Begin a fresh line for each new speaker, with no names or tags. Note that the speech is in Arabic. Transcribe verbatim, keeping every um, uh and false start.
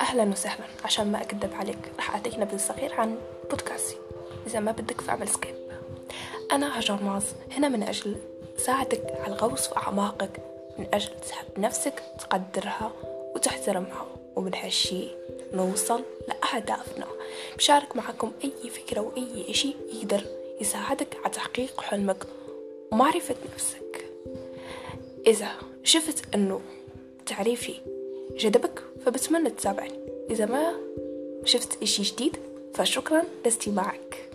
أهلا وسهلا. عشان ما أكذب عليك راح أعطيك نبذة صغيرة عن بودكاستي إذا ما بدك فاعمل سكيب. أنا هاجر معز هنا من أجل ساعدك على الغوص في أعماقك، من أجل تحب نفسك، تقدرها وتحترمها، ومن هالشي نوصل لأهدافنا. بشارك معكم أي فكرة وأي إشي يقدر يساعدك على تحقيق حلمك ومعرفة نفسك. إذا شفت أنه تعريفي جذبك فبتمنى تتابعني، إذا ما شفت إشي جديد فشكرا لاستماعك.